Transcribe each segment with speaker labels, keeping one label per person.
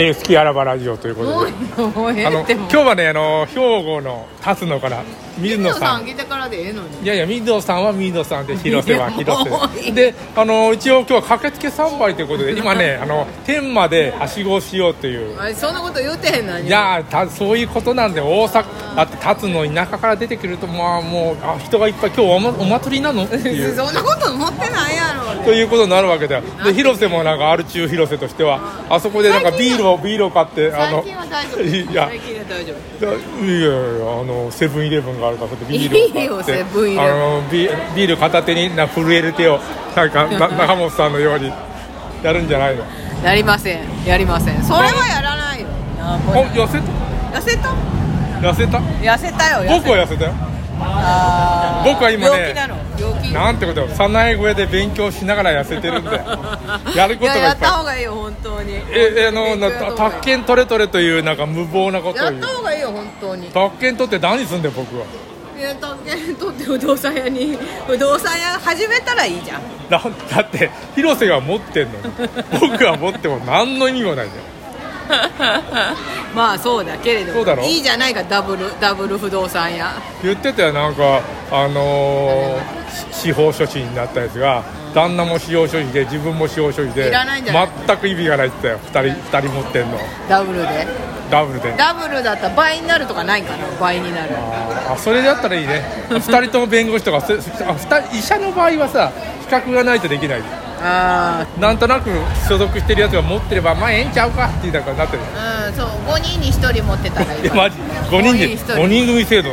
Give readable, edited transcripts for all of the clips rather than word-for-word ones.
Speaker 1: 好きあらばラジオということで、
Speaker 2: もう
Speaker 1: 今日はね兵庫の辰野から水野さん
Speaker 2: 来てからでええのに。
Speaker 1: いや水野さんは水野さんで広瀬は広瀬で一応今日は駆けつけ3杯ということで今ね天満ではしごをしようという
Speaker 2: あれそんなこと言うてへんのに。
Speaker 1: いやそういうことなんで大阪だって辰野田舎から出てくるともう人がいっぱい今日お祭りなのっていう
Speaker 2: そんなこと思ってないやろ
Speaker 1: ということになるわけだよ。で広瀬もなんかアル中広瀬としてはあそこでなんかビールを買って
Speaker 2: 最近は大丈夫。
Speaker 1: いや
Speaker 2: 最近は大丈夫。
Speaker 1: いやセブンイレブンがあるからビールを買って
Speaker 2: いいよセブンイレブン
Speaker 1: ビール片手に震える手をなんか中本さんのようにやるんじゃないの。
Speaker 2: やりませんそれはやらないよ。
Speaker 1: 痩せた僕は痩せたよ。僕は今ね
Speaker 2: 病気
Speaker 1: なんてことよ早苗小屋で勉強しながら痩せてるんでやることがいっぱい
Speaker 2: やった方がいいよ本当に。
Speaker 1: 宅建取れというなんか無謀なことを言う。
Speaker 2: やった方がいいよ本当に。
Speaker 1: 宅建取って何すんだよ僕は。
Speaker 2: いや宅建取って不動産屋始めたらいいじゃん。
Speaker 1: だって広瀬が持ってんのに僕は持っても何の意味もないんだよ
Speaker 2: まあそうだけれども
Speaker 1: そうだろ
Speaker 2: いいじゃないかダブル不動産屋
Speaker 1: 言ってたよなんか司法書士になったやつが、旦那も司法書士で自分も司法書士で
Speaker 2: いらないんじゃない
Speaker 1: 全く意味がないって言ったよ。2人持ってんの
Speaker 2: ダブルだったら倍になるとかないかな。倍になる。
Speaker 1: それだったらいいね2人とも弁護士とか医者の場合はさ資格がないとできない。なんとなく所属してるやつが持ってればまあええんちゃうかっていうなんかなってる。
Speaker 2: そう5人に1人持ってたらいい。
Speaker 1: マジ5人組制度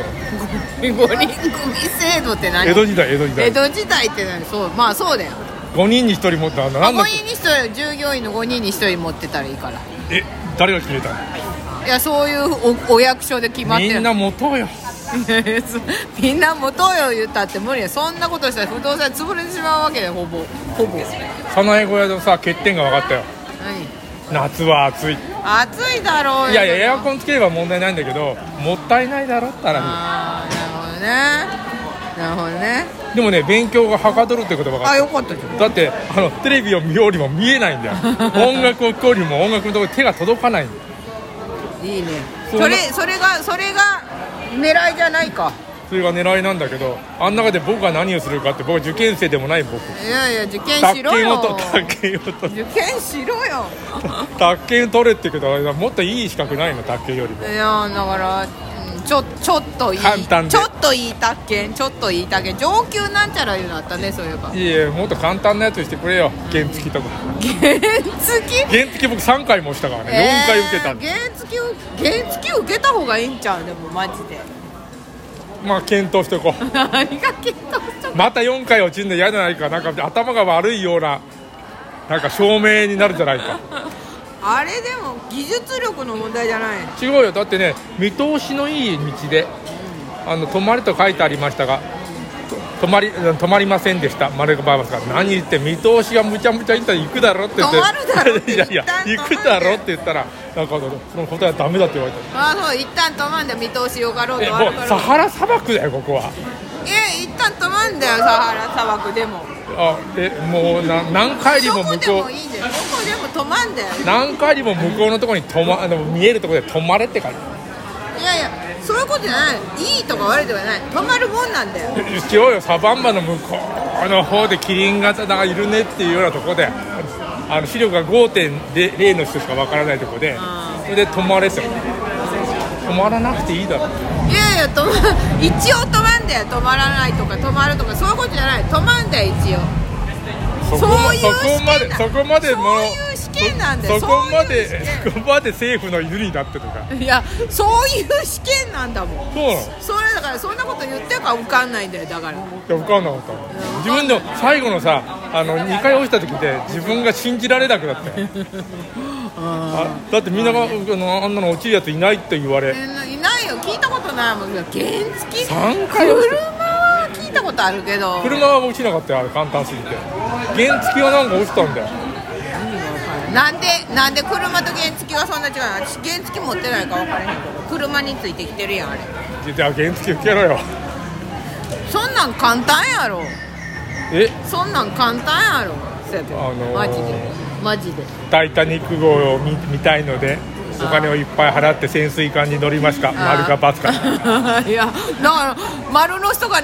Speaker 2: 5人組制度って何？
Speaker 1: 江戸時代
Speaker 2: って何？そうまあそうだよ。
Speaker 1: 5人に1人持って5
Speaker 2: 人に1人従業員の5人に1人持ってたらいいから。
Speaker 1: 誰が決めたの？
Speaker 2: いやそういうお役所で決まってる。
Speaker 1: みんな持とうよ
Speaker 2: みんな持とうよ言ったって無理や。そんなことしたら不動産潰れてしまうわけでほぼ
Speaker 1: 早苗小屋のさ欠点が分かったよ。夏は暑い
Speaker 2: だろうよ。
Speaker 1: いやエアコンつければ問題ないんだけどもったいないだろったら。
Speaker 2: なるほどね。
Speaker 1: でもね勉強がはかどるってこと分かった。
Speaker 2: よかったじゃん。
Speaker 1: だってテレビを見ようにも見えないんだよ音楽を聴こうにも音楽のところに手が届かないんだよ。い
Speaker 2: いね。それが狙いじゃないか。
Speaker 1: それが狙いなんだけどあん中で僕が何をするかって僕は受験生でもない僕。
Speaker 2: いや受験しろよ。
Speaker 1: 宅建
Speaker 2: しろよ
Speaker 1: 宅建取れって言うけどもっといい資格ないの宅建よりも。
Speaker 2: いやだからちょっといい
Speaker 1: 簡単で
Speaker 2: ちょっといい宅建上級なんちゃらいうのあったね。そういえば
Speaker 1: いやもっと簡単なやつしてくれよ。原付とか
Speaker 2: 原付
Speaker 1: 僕3回もしたからね、4回受けた。
Speaker 2: 原付受けた方がいいんちゃう。でもマジで
Speaker 1: まあ検討しておこう
Speaker 2: 何が検討しと
Speaker 1: また4回落ちるの嫌じゃないか。なんか頭が悪いようななんか証明になるじゃないか
Speaker 2: あれでも技術力の問題じゃない。
Speaker 1: 違うよ。だってね見通しのいい道で止まれと書いてありましたが止まりませんでした丸がバーバスが何言って見通しがむちゃむちゃいいんだら行くだろって言って
Speaker 2: 止まるだろって
Speaker 1: いや行くだろって言ったらなんかその答えはダメだって言われた。
Speaker 2: そう一旦止まんだよ。見通しよかろうと
Speaker 1: もうサハラ砂漠だよここは。
Speaker 2: 一旦止まんだよサハラ砂漠でも。
Speaker 1: もう何回にも向こう
Speaker 2: どこでもいいんだよ。どこでも止まんだよ。
Speaker 1: 何回にも向こうのところに見えるところで止まれって書いて
Speaker 2: ある。いやそういうことじゃない。いいとか悪いとかない。止まるもんなんだよ。
Speaker 1: 一応よサバンバの向こうの方でキリン型がいるねっていうようなところで視力が 5.0 の人しかわからないところでそれで止まれって止まらなくていいだろ。
Speaker 2: いや一応止まんだよ。止まらないとか止まるとかそういうことじゃない。止まんだよ一応。
Speaker 1: そこまでも
Speaker 2: そういう試験なんだよ。
Speaker 1: そこまで政府の犬になってとか。
Speaker 2: いやそういう試験なんだもん。
Speaker 1: そうなの。
Speaker 2: それだからそんなこと言ってるから受かんないんだよ。だから
Speaker 1: 受かんなかった。自分の最後のさ2回落ちた時で自分が信じられなくなったよだってみんながあんなの落ちるやついないって言われ。
Speaker 2: いないよ。聞いたことないもん。原付
Speaker 1: 3回落ちた。
Speaker 2: 車は聞いたことあるけど
Speaker 1: 車は落ちなかったよ。あれ簡単すぎて。原付はなんか落ちたんだよ。
Speaker 2: なんで車と原付はそんな違うの。私原付持ってないから分からへんけど車についてきてるやんあれ。
Speaker 1: じゃあ原付受けろよ。
Speaker 2: そんなん簡単やろ。そんなん簡単やろ。そうやけどマジでマジで
Speaker 1: タイタニック号を 見たいのでお金をいっぱい払って潜水艦に乗りますか、丸か×か
Speaker 2: いやだから丸の人が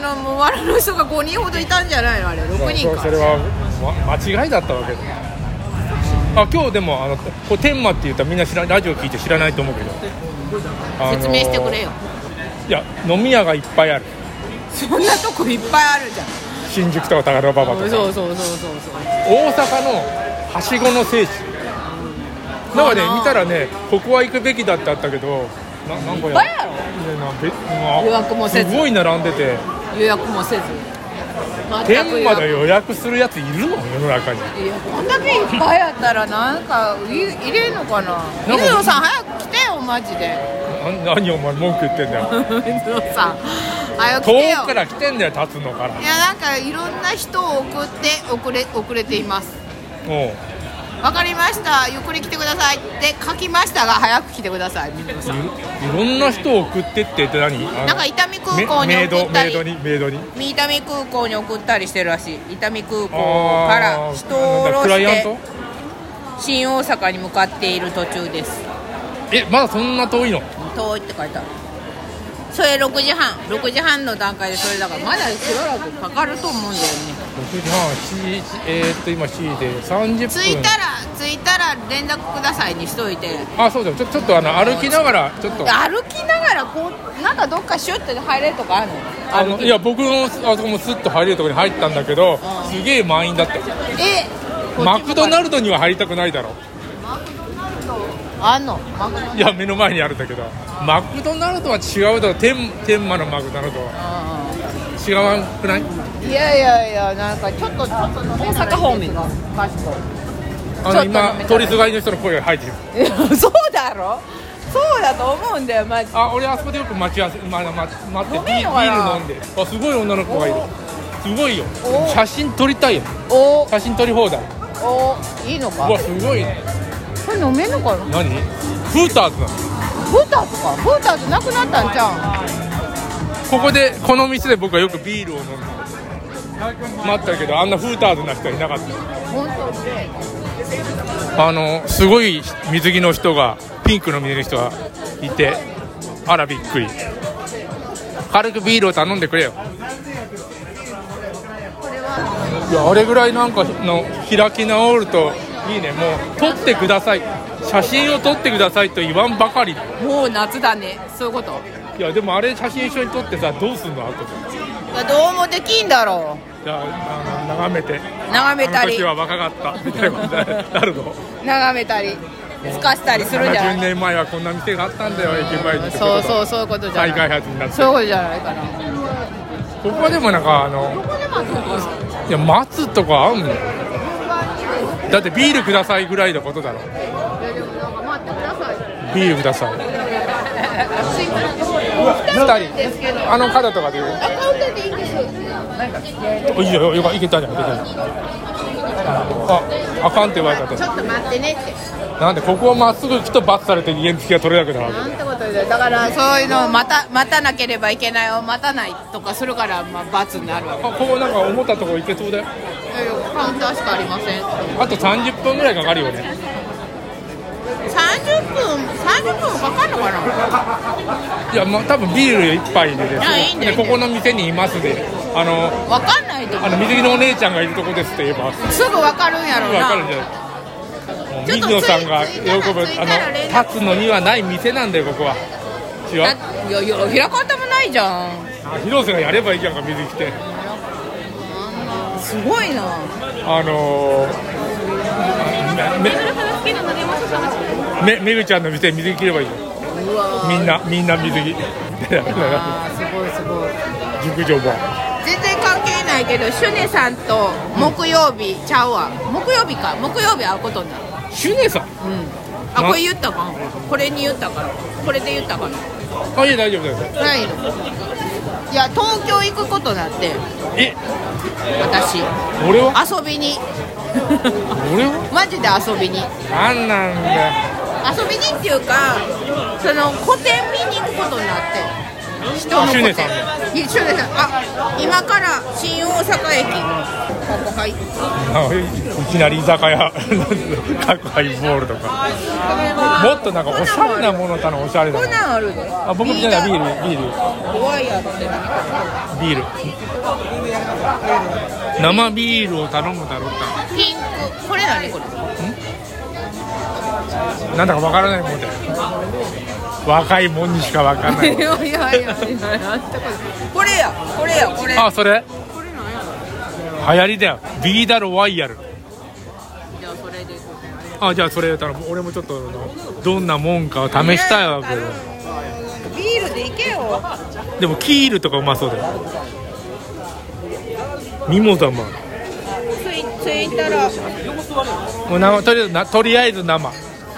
Speaker 2: 5人ほどいたんじゃないのあれ6人か。
Speaker 1: それは、間違いだったわけだ。今日でもこれ天満って言ったらみんなラジオ聞いて知らないと思うけど、
Speaker 2: 説明してくれよ。
Speaker 1: いや飲み屋がいっぱいある。
Speaker 2: そんなとこいっぱいあるじゃん。
Speaker 1: 新宿とか高田馬場とか。
Speaker 2: そう
Speaker 1: 大阪のはしごの聖地なんかね見たらねここは行くべきだってあったけどなんか
Speaker 2: 予約もせず
Speaker 1: すごい並んでて
Speaker 2: 予約もせず
Speaker 1: 天まで予約するやついるの世の中に。
Speaker 2: いやこんだけいっぱいやったらなんか入れんのかな。水野さん早く来てよマジで。
Speaker 1: 何お前文句言ってんだよ
Speaker 2: 水野さん早く来てよ。
Speaker 1: 遠くから来てんだよ立つのから。
Speaker 2: いやなんかいろんな人を送って遅れています。わかりましたゆっくり来てくださいって書きましたが早く来てください。水野さんい
Speaker 1: ろんな人を送ってって何
Speaker 2: なんか伊丹空港に送ったり
Speaker 1: メイドに
Speaker 2: 伊丹空港に送ったりしてるらしい。伊丹空港から人を降ろして新大阪に向かっている途中です。
Speaker 1: まだそんな遠いの？
Speaker 2: 遠いって書いてある。それ6時半の段階でそれだからまだしばらくかかると思うんだよね。
Speaker 1: 6時半今7時で30分。
Speaker 2: 着いたら連絡くださいにしといて。
Speaker 1: そうだよちょっと歩きながらちょっと
Speaker 2: 歩きながらこうなんかどっかシュッて入れるとかあるの？
Speaker 1: いや僕のあそこもスッと入れるところに入ったんだけどすげえ満員だった。マクドナルドには入りたくないだろ。
Speaker 2: マクドナルドあんの？
Speaker 1: いや目の前にあるんだけどマクドナルドは違うだろ。天満のマクドナルドは違わくない？
Speaker 2: いやなんかちょっと大阪方面の
Speaker 1: 今通りすがりの人の声が入ってる。
Speaker 2: そうだろ。そうだと思うんだよマジ。
Speaker 1: 俺あそこでよく待ってビール飲んで。すごい女の子がいる。すごいよ。写真撮りたいよ。写真撮り放題。
Speaker 2: いいのか。
Speaker 1: すごいね。
Speaker 2: これ飲めんのかな。
Speaker 1: 何？フーターズなの？
Speaker 2: フーターズなくなったんじゃん。
Speaker 1: この店で僕はよくビールを飲んで待ったけどあんなフーターズな人はいなかった。
Speaker 2: 本当
Speaker 1: にすごい水着の人がピンクの水着の人がいてあらびっくり。軽くビールを頼んでくれよ。いやあれぐらいなんかの開き直るといいね。もう撮ってください写真を撮ってくださいと言わんばかり。
Speaker 2: もう夏だね。そういうこと。
Speaker 1: いやでもあれ写真一緒に撮ってさどうすんの後で。
Speaker 2: どうもできんだろう。
Speaker 1: じゃあ眺めたりあの時は若かったみたいなことになるの。
Speaker 2: 眺めたり透かしたりするんじゃない？
Speaker 1: 70年前はこんな店があったんだよ駅前に。
Speaker 2: そういうことじゃない。
Speaker 1: 再開発になって
Speaker 2: そういうことじゃないかな。
Speaker 1: ここはでもなんかいや待つとかあんの？だってビールくださいぐらいのことだろ。ビールください。2人あの角とかで言う。いいよいけたじゃん。あかんって言われたと。
Speaker 2: ちょっと待ってねって。
Speaker 1: なんでここをまっすぐ行くと罰されて原付が取れなくなるわけ。
Speaker 2: なんてことでだからそういうのを待たなければいけないを待たないとかするから罰になるわけ。
Speaker 1: ここなんか思ったところ行けそうだよ。
Speaker 2: カウンターしかありません。
Speaker 1: あと30分ぐらいかかるよね。
Speaker 2: 30分かかるのかな。
Speaker 1: いや多分ビール1杯でです
Speaker 2: ね。
Speaker 1: でここの店にいますで
Speaker 2: 分かんないと思う。
Speaker 1: 水着のお姉ちゃんがいるとこですって言えば
Speaker 2: すぐ分かるんやろうな。
Speaker 1: 分かるんじゃない。水野さんが喜ぶ立つのにはない店なんだよここは。違う。
Speaker 2: いや開かたもないじゃん。
Speaker 1: 広瀬がやればいいじゃんか水着着て。
Speaker 2: すごいな。
Speaker 1: めぐちゃんの店水着着ればいいよ。みんな水着。
Speaker 2: すごい
Speaker 1: 熟女版。
Speaker 2: 全然関係ないけどシュネさんと木曜日ちゃうわ。木曜日会うことになる。
Speaker 1: シュネさん。
Speaker 2: これ言ったかん。これに言ったからこれで言ったから。
Speaker 1: いや大丈夫だよ。
Speaker 2: ないの。いや東京行くことになって。私
Speaker 1: 俺は
Speaker 2: 遊びに
Speaker 1: 俺は
Speaker 2: マジで遊びに。
Speaker 1: なんなんだよ。
Speaker 2: 遊びにっていうかその個展見に行くことになって。 人の
Speaker 1: シュネさん
Speaker 2: 一緒です。今から新大阪駅はい
Speaker 1: いきなり居酒屋各ハイボールとかもっとなんかおしゃれなものたのおしゃれな
Speaker 2: こんなんあるで。
Speaker 1: 僕みたいなビール
Speaker 2: 怖いやろって
Speaker 1: ビール生ビールを頼むだろうか。
Speaker 2: ピンクこれ何これ
Speaker 1: なんだかわからないもんで若いもんにしかわからない
Speaker 2: いやこれや
Speaker 1: それ
Speaker 2: これなんや
Speaker 1: 流行りだよビーダロワイヤル。
Speaker 2: じゃあそれで
Speaker 1: じゃあそれ頼む。俺もちょっとどんなもんかを試したいわけど
Speaker 2: ビールでいけよ。
Speaker 1: でもキールとかうまそうだよ。ミモザもある。
Speaker 2: ついたら
Speaker 1: もうとりあえず生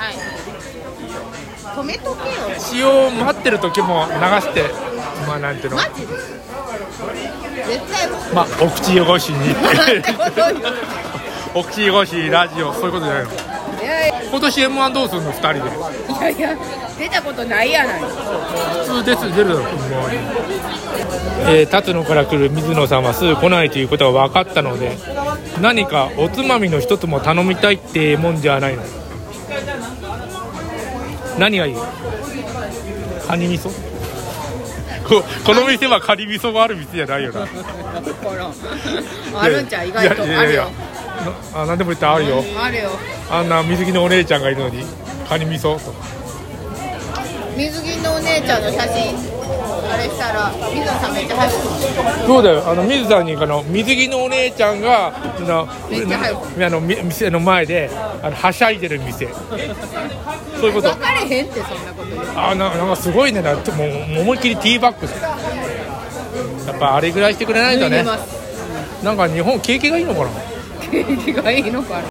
Speaker 2: 止めとけよ。
Speaker 1: 塩を待ってる時も流してなんていうの
Speaker 2: マジで絶対
Speaker 1: お口汚しにお口汚しラジオそういうことじゃないの。今年 M1 どうするの2人で。
Speaker 2: いや出たことないやない。
Speaker 1: 普通出るだろ。辰野から来る水野さんはすぐ来ないということが分かったので何かおつまみの一つも頼みたいってもんじゃないの。何がいい？カニ味噌？この店はカニ味噌がある店じゃないよな。
Speaker 2: あるんちゃう意外とあるよ。
Speaker 1: 何でも言ったらあるよ。
Speaker 2: あるよ。
Speaker 1: あんな水着のお姉ちゃんがいるのにカニ味噌とか。
Speaker 2: 水着のお姉ちゃんの写真あれしたら水野さんめっちゃ早く。
Speaker 1: そうだよ。水さんに水着のお姉ちゃんが
Speaker 2: めっちゃ早く
Speaker 1: 店の前ではしゃいでる店。そういうこと。
Speaker 2: 分かれへんってそんなこと言う。
Speaker 1: なんかすごいね。もう思いっきりティーバッグ。やっぱあれぐらいしてくれないとね。なんか日本景気がいいのかな。
Speaker 2: 景気がいいのかな。